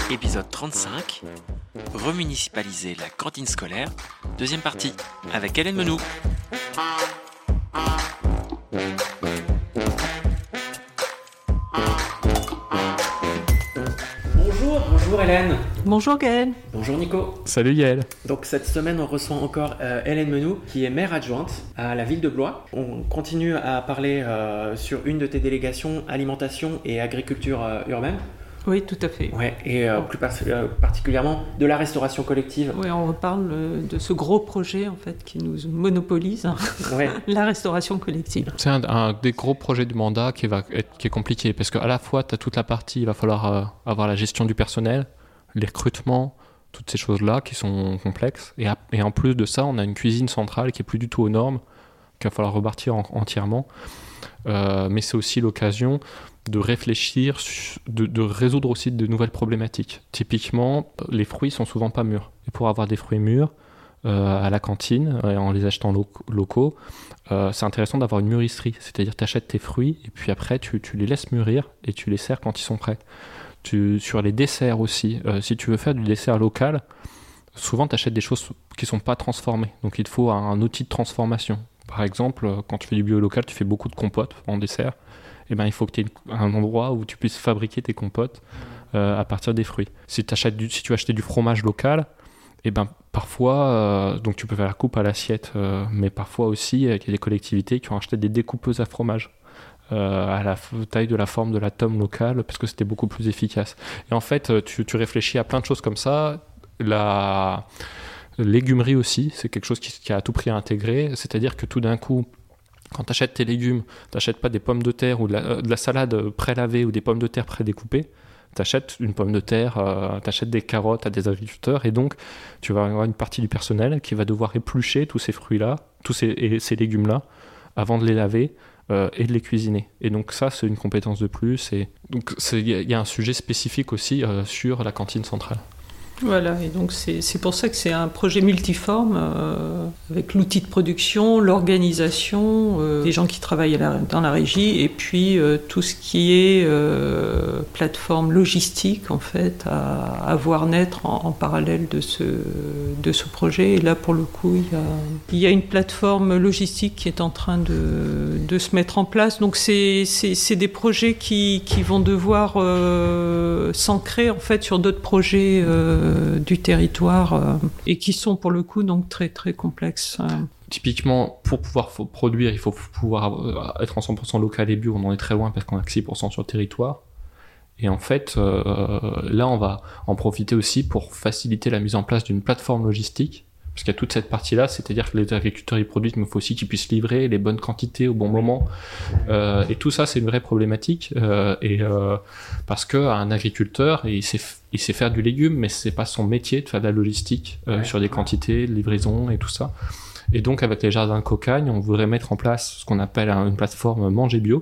Épisode 35, remunicipaliser la cantine scolaire, deuxième partie, avec Hélène Menou. Bonjour Hélène. Bonjour Gaël. Bonjour Nico. Salut Yael. Donc cette semaine on reçoit encore Hélène Menou qui est maire adjointe à la ville de Blois. On continue à parler sur une de tes délégations, alimentation et agriculture urbaine. Oui, tout à fait. Ouais, et plus particulièrement de la restauration collective. Oui, on reparle de ce gros projet en fait qui nous monopolise, Ouais. la restauration collective. C'est un des gros projets du mandat qui est compliqué parce qu'à la fois tu as toute la partie, il va falloir avoir la gestion du personnel, les recrutements, toutes ces choses-là qui sont complexes. Et en plus de ça, on a une cuisine centrale qui est plus du tout aux normes, qu'il va falloir rebâtir entièrement. Mais c'est aussi l'occasion de réfléchir, de résoudre aussi de nouvelles problématiques. Typiquement, les fruits sont souvent pas mûrs. Et pour avoir des fruits mûrs à la cantine, en les achetant locaux, c'est intéressant d'avoir une mûrisserie. C'est-à-dire tu achètes tes fruits et puis après tu les laisses mûrir et tu les sers quand ils sont prêts. Sur les desserts aussi, si tu veux faire du dessert local, souvent tu achètes des choses qui ne sont pas transformées. Donc il te faut un outil de transformation. Par exemple, quand tu fais du bio local, tu fais beaucoup de compotes en dessert. Eh ben, il faut que tu aies un endroit où tu puisses fabriquer tes compotes à partir des fruits. Si tu veux acheter du fromage local, eh ben, parfois, donc tu peux faire la coupe à l'assiette, mais parfois aussi, il y a des collectivités qui ont acheté des découpeuses à fromage à la taille de la forme de la tome locale parce que c'était beaucoup plus efficace. Et en fait, tu réfléchis à plein de choses comme ça. La légumerie aussi, c'est quelque chose qui a à tout prix à intégrer, c'est-à-dire que tout d'un coup, quand tu achètes tes légumes, tu n'achètes pas des pommes de terre ou de la salade pré-lavée ou des pommes de terre pré-découpées, tu achètes une pomme de terre, tu achètes des carottes à des agriculteurs et donc tu vas avoir une partie du personnel qui va devoir éplucher tous ces fruits-là, ces légumes-là, avant de les laver et de les cuisiner. Et donc ça, c'est une compétence de plus. Et donc il y a un sujet spécifique aussi sur la cantine centrale. Voilà, et donc c'est pour ça que c'est un projet multiforme, avec l'outil de production, l'organisation, les gens qui travaillent dans la régie, et puis tout ce qui est plateforme logistique, en fait, à voir naître en parallèle de ce projet. Et là, pour le coup, il y a une plateforme logistique qui est en train de se mettre en place. Donc c'est des projets qui vont devoir s'ancrer, en fait, sur d'autres projets du territoire et qui sont pour le coup donc très très complexes. Typiquement, pour pouvoir produire, il faut pouvoir être en 100% local et bio. On en est très loin parce qu'on a que 6% sur le territoire. Et en fait, là, on va en profiter aussi pour faciliter la mise en place d'une plateforme logistique. Parce qu'il y a toute cette partie-là, c'est-à-dire que les agriculteurs, ils produisent, mais il faut aussi qu'ils puissent livrer les bonnes quantités au bon moment. Et tout ça, c'est une vraie problématique. Parce qu'un agriculteur, il sait faire du légume, mais c'est pas son métier de faire de la logistique sur des quantités, de livraison et tout ça. Et donc, avec les jardins de Cocagne, on voudrait mettre en place ce qu'on appelle une plateforme Manger Bio,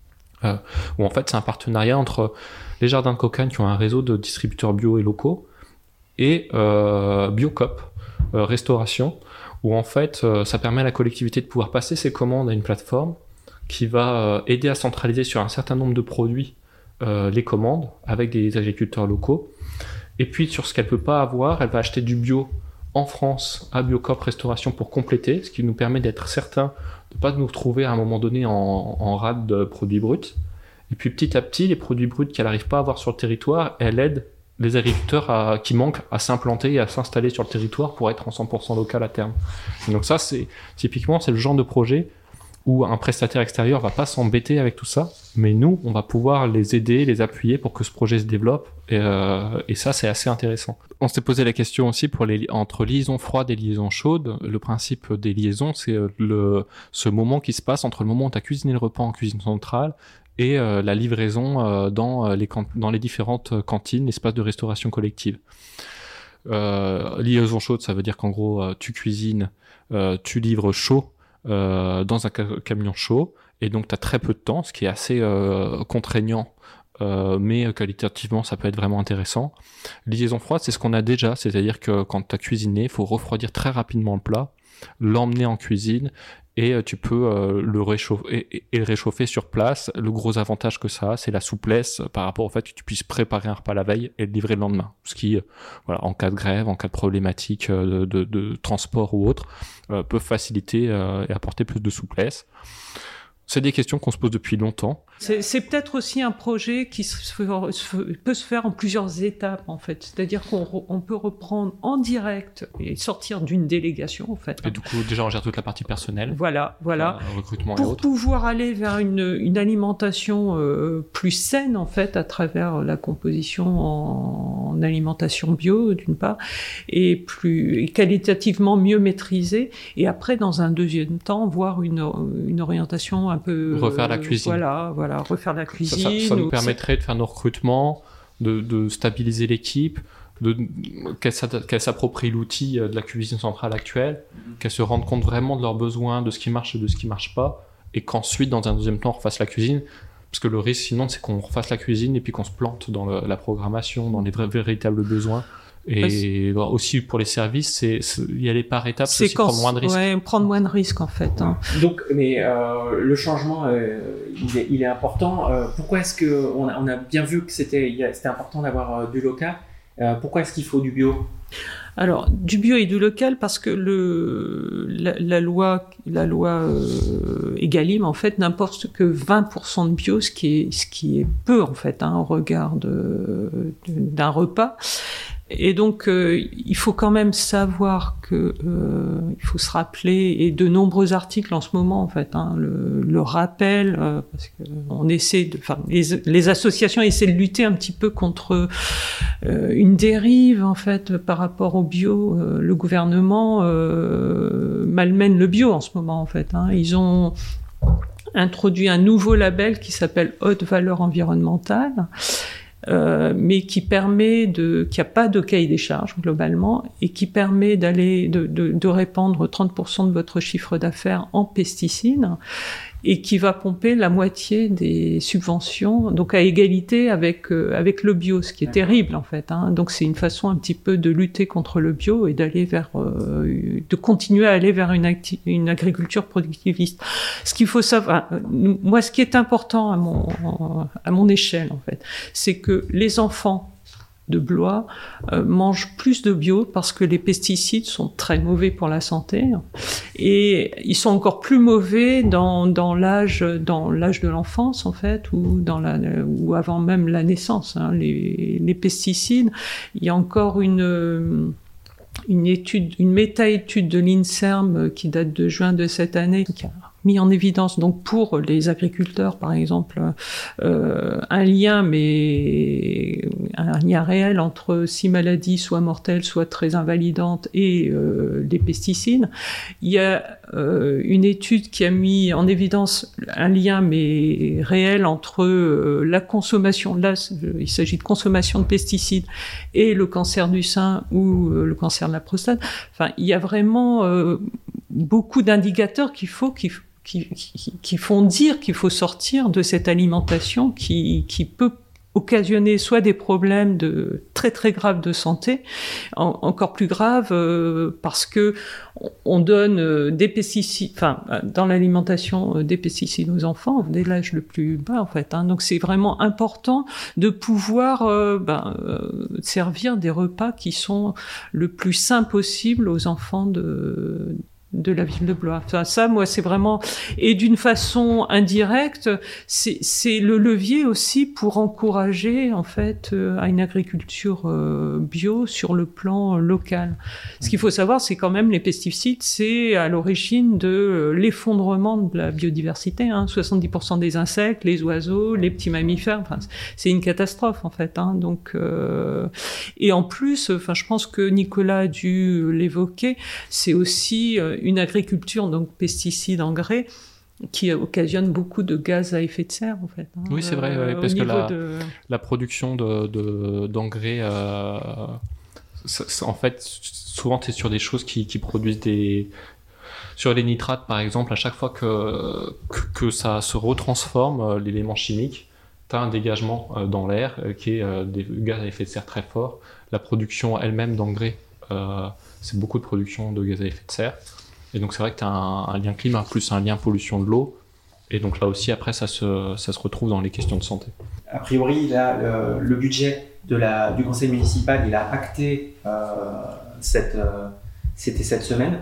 où en fait, c'est un partenariat entre les jardins de Cocagne qui ont un réseau de distributeurs bio et locaux et Biocop, restauration, où en fait ça permet à la collectivité de pouvoir passer ses commandes à une plateforme qui va aider à centraliser sur un certain nombre de produits les commandes avec des agriculteurs locaux, et puis sur ce qu'elle peut pas avoir, elle va acheter du bio en France à Biocop Restauration pour compléter, ce qui nous permet d'être certain de pas nous retrouver à un moment donné en rade de produits bruts. Et puis petit à petit, les produits bruts qu'elle n'arrive pas à avoir sur le territoire, elle aide les agriculteurs qui manquent à s'implanter et à s'installer sur le territoire pour être en 100% local à terme. Et donc ça, c'est le genre de projet où un prestataire extérieur va pas s'embêter avec tout ça, mais nous, on va pouvoir les aider, les appuyer pour que ce projet se développe, et ça, c'est assez intéressant. On s'est posé la question aussi entre liaison froide et liaison chaude. Le principe des liaisons, c'est ce moment qui se passe entre le moment où tu as cuisiné le repas en cuisine centrale et la livraison dans les différentes cantines, espaces de restauration collective. Liaison chaude, ça veut dire qu'en gros, tu cuisines, tu livres chaud dans un camion chaud, et donc tu as très peu de temps, ce qui est assez contraignant, mais qualitativement, ça peut être vraiment intéressant. Liaison froide, c'est ce qu'on a déjà, c'est-à-dire que quand tu as cuisiné, il faut refroidir très rapidement le plat, l'emmener en cuisine et tu peux le réchauffer et le réchauffer sur place. Le gros avantage que ça a, c'est la souplesse par rapport au fait que tu puisses préparer un repas la veille et le livrer le lendemain. Ce qui, en cas de grève, en cas de problématique de transport ou autre, peut faciliter et apporter plus de souplesse. C'est des questions qu'on se pose depuis longtemps. C'est peut-être aussi un projet qui peut se faire en plusieurs étapes, en fait. C'est-à-dire qu'on peut reprendre en direct et sortir d'une délégation, en fait. Et du coup, déjà, on gère toute la partie personnelle. Voilà. Recrutement et pour autres. pouvoir aller vers une alimentation plus saine, en fait, à travers la composition en alimentation bio, d'une part, et qualitativement mieux maîtrisée. Et après, dans un deuxième temps, voir une orientation un peu... Refaire la cuisine. Voilà, refaire la cuisine. Ça nous permettrait de faire nos recrutements, de stabiliser l'équipe, qu'elle s'approprie l'outil de la cuisine centrale actuelle, qu'elle se rende compte vraiment de leurs besoins, de ce qui marche et de ce qui marche pas, et qu'ensuite, dans un deuxième temps, on refasse la cuisine. Parce que le risque, sinon, c'est qu'on refasse la cuisine et puis qu'on se plante dans la programmation, dans les véritables besoins. Et aussi pour les services, y aller par étapes, c'est aussi prendre moins de risques. Ouais, prendre moins de risques en fait. Hein. Donc, mais le changement, il est important. Pourquoi est-ce que on a bien vu que c'était important d'avoir du local. Pourquoi est-ce qu'il faut du bio ? Alors, du bio et du local, parce que la loi Egalim, en fait, n'importe que 20% de bio, ce qui est peu, en fait, au regard d'un repas. Et donc, il faut quand même savoir que il faut se rappeler, et de nombreux articles en ce moment, en fait, le rappellent, parce que on essaie les associations essaient de lutter un petit peu contre une dérive, en fait, par rapport au bio. Le gouvernement malmène le bio en ce moment, en fait. Ils ont introduit un nouveau label qui s'appelle haute valeur environnementale. Mais qui permet qui a pas de cahier des charges globalement, et qui permet de répandre 30% de votre chiffre d'affaires en pesticides, et qui va pomper la moitié des subventions, donc à égalité avec le bio, ce qui est terrible en fait. Donc c'est une façon un petit peu de lutter contre le bio et de continuer à aller vers une agriculture productiviste. Ce qu'il faut savoir, moi, ce qui est important à mon échelle en fait, c'est que les enfants de Blois mangent plus de bio, parce que les pesticides sont très mauvais pour la santé, et ils sont encore plus mauvais dans l'âge de l'enfance en fait, ou avant même la naissance. Les pesticides, il y a encore une méta-étude de l'INSERM qui date de juin de cette année, qui a mis en évidence, donc pour les agriculteurs par exemple, un lien réel entre 6 maladies, soit mortelles, soit très invalidantes, et les pesticides. Il y a une étude qui a mis en évidence un lien mais réel entre la consommation, là il s'agit de consommation de pesticides, et le cancer du sein ou le cancer de la prostate. Enfin, il y a vraiment beaucoup d'indicateurs qui font dire qu'il faut sortir de cette alimentation qui peut occasionner soit des problèmes très très graves de santé, encore plus graves parce que on donne des pesticides, dans l'alimentation des pesticides aux enfants dès l'âge le plus bas en fait. Donc c'est vraiment important de pouvoir servir des repas qui sont le plus sains possible aux enfants de la ville de Blois. Ça, moi, c'est vraiment... Et d'une façon indirecte, c'est le levier aussi pour encourager, en fait, à une agriculture bio sur le plan local. Ce qu'il faut savoir, c'est quand même les pesticides, c'est à l'origine de l'effondrement de la biodiversité. 70% des insectes, les oiseaux, les petits mammifères, c'est une catastrophe, en fait. Donc, et en plus, je pense que Nicolas a dû l'évoquer, c'est aussi une agriculture, donc pesticides, engrais, qui occasionne beaucoup de gaz à effet de serre, en fait. Oui, c'est vrai, parce que la production d'engrais, en fait, souvent, c'est sur des choses qui produisent sur les nitrates, par exemple, à chaque fois que ça se retransforme, l'élément chimique, tu as un dégagement dans l'air qui est des gaz à effet de serre très forts. La production elle-même d'engrais, c'est beaucoup de production de gaz à effet de serre. Et donc c'est vrai que tu as un lien climat plus un lien pollution de l'eau. Et donc là aussi, après, ça se retrouve dans les questions de santé. A priori, là, le budget du conseil municipal, il a acté c'était cette semaine,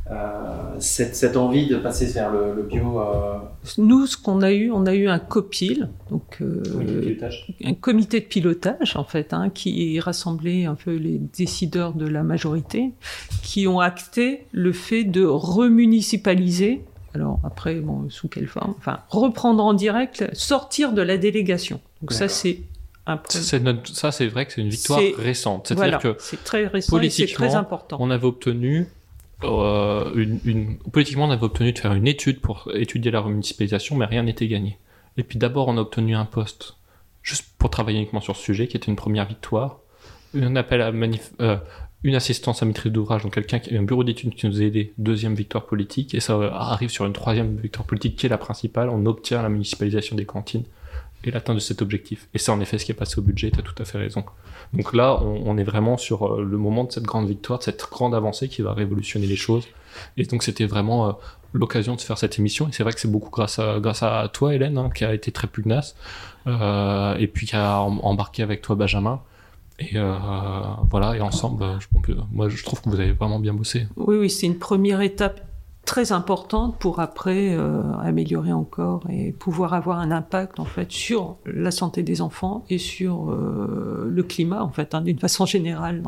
cette envie de passer vers le bio. Nous, ce qu'on a eu, on a eu un COPIL, donc un comité de pilotage en fait, qui rassemblait un peu les décideurs de la majorité, qui ont acté le fait de remunicipaliser. Alors après, sous quelle forme ? Enfin, reprendre en direct, sortir de la délégation. Donc ça, c'est un problème. Ça, c'est vrai que c'est une victoire récente. C'est-à-dire que c'est très récent et c'est très important. On avait obtenu politiquement, on avait obtenu de faire une étude pour étudier la remunicipalisation, mais rien n'était gagné. Et puis d'abord, on a obtenu un poste juste pour travailler uniquement sur ce sujet, qui était une première victoire. Un appel à une assistance à maîtrise d'ouvrage, donc un bureau d'études qui nous a aidé, deuxième victoire politique, et ça arrive sur une troisième victoire politique qui est la principale, on obtient la municipalisation des cantines et l'atteinte de cet objectif. Et c'est en effet ce qui est passé au budget, tu as tout à fait raison. Donc là, on est vraiment sur le moment de cette grande victoire, de cette grande avancée qui va révolutionner les choses. Et donc c'était vraiment l'occasion de faire cette émission, et c'est vrai que c'est beaucoup grâce à toi, Hélène, qui a été très pugnace, et puis qui a embarqué avec toi, Benjamin. Et voilà, et ensemble, moi je trouve que vous avez vraiment bien bossé. Oui, c'est une première étape très importante pour après améliorer encore et pouvoir avoir un impact en fait sur la santé des enfants et sur le climat en fait, d'une façon générale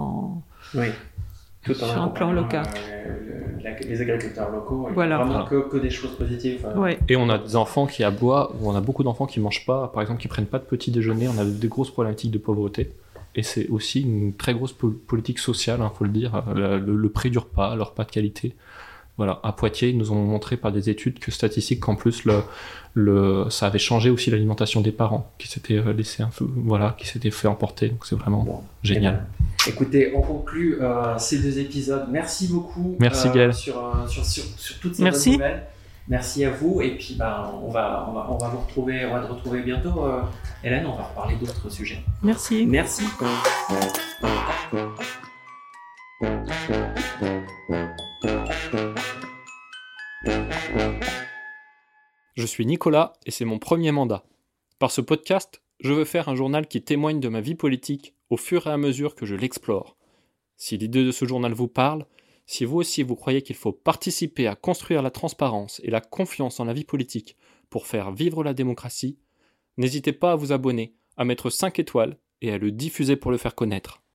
tout en sur un plan local. Les agriculteurs locaux, voilà. Vraiment que des choses positives. Ouais. Et on a des enfants qui aboient, on a beaucoup d'enfants qui mangent pas, par exemple qui prennent pas de petit déjeuner, on a des grosses problématiques de pauvreté. Et c'est aussi une très grosse politique sociale, faut le dire, le prix du repas, le repas de qualité. Voilà, à Poitiers, ils nous ont montré par des études statistiques qu'en plus ça avait changé aussi l'alimentation des parents, qui s'étaient laissés qui s'étaient fait emporter. Donc c'est vraiment génial. Écoutez, on conclut ces 2 épisodes. Merci beaucoup. Merci Gaël. Sur toutes ces bonnes nouvelles. Merci à vous. Et puis on va vous retrouver, on va te retrouver bientôt, Hélène. On va reparler d'autres sujets. Merci. Merci. Je suis Nicolas et c'est mon premier mandat. Par ce podcast, je veux faire un journal qui témoigne de ma vie politique au fur et à mesure que je l'explore. Si l'idée de ce journal vous parle, si vous aussi vous croyez qu'il faut participer à construire la transparence et la confiance en la vie politique pour faire vivre la démocratie, n'hésitez pas à vous abonner, à mettre 5 étoiles et à le diffuser pour le faire connaître.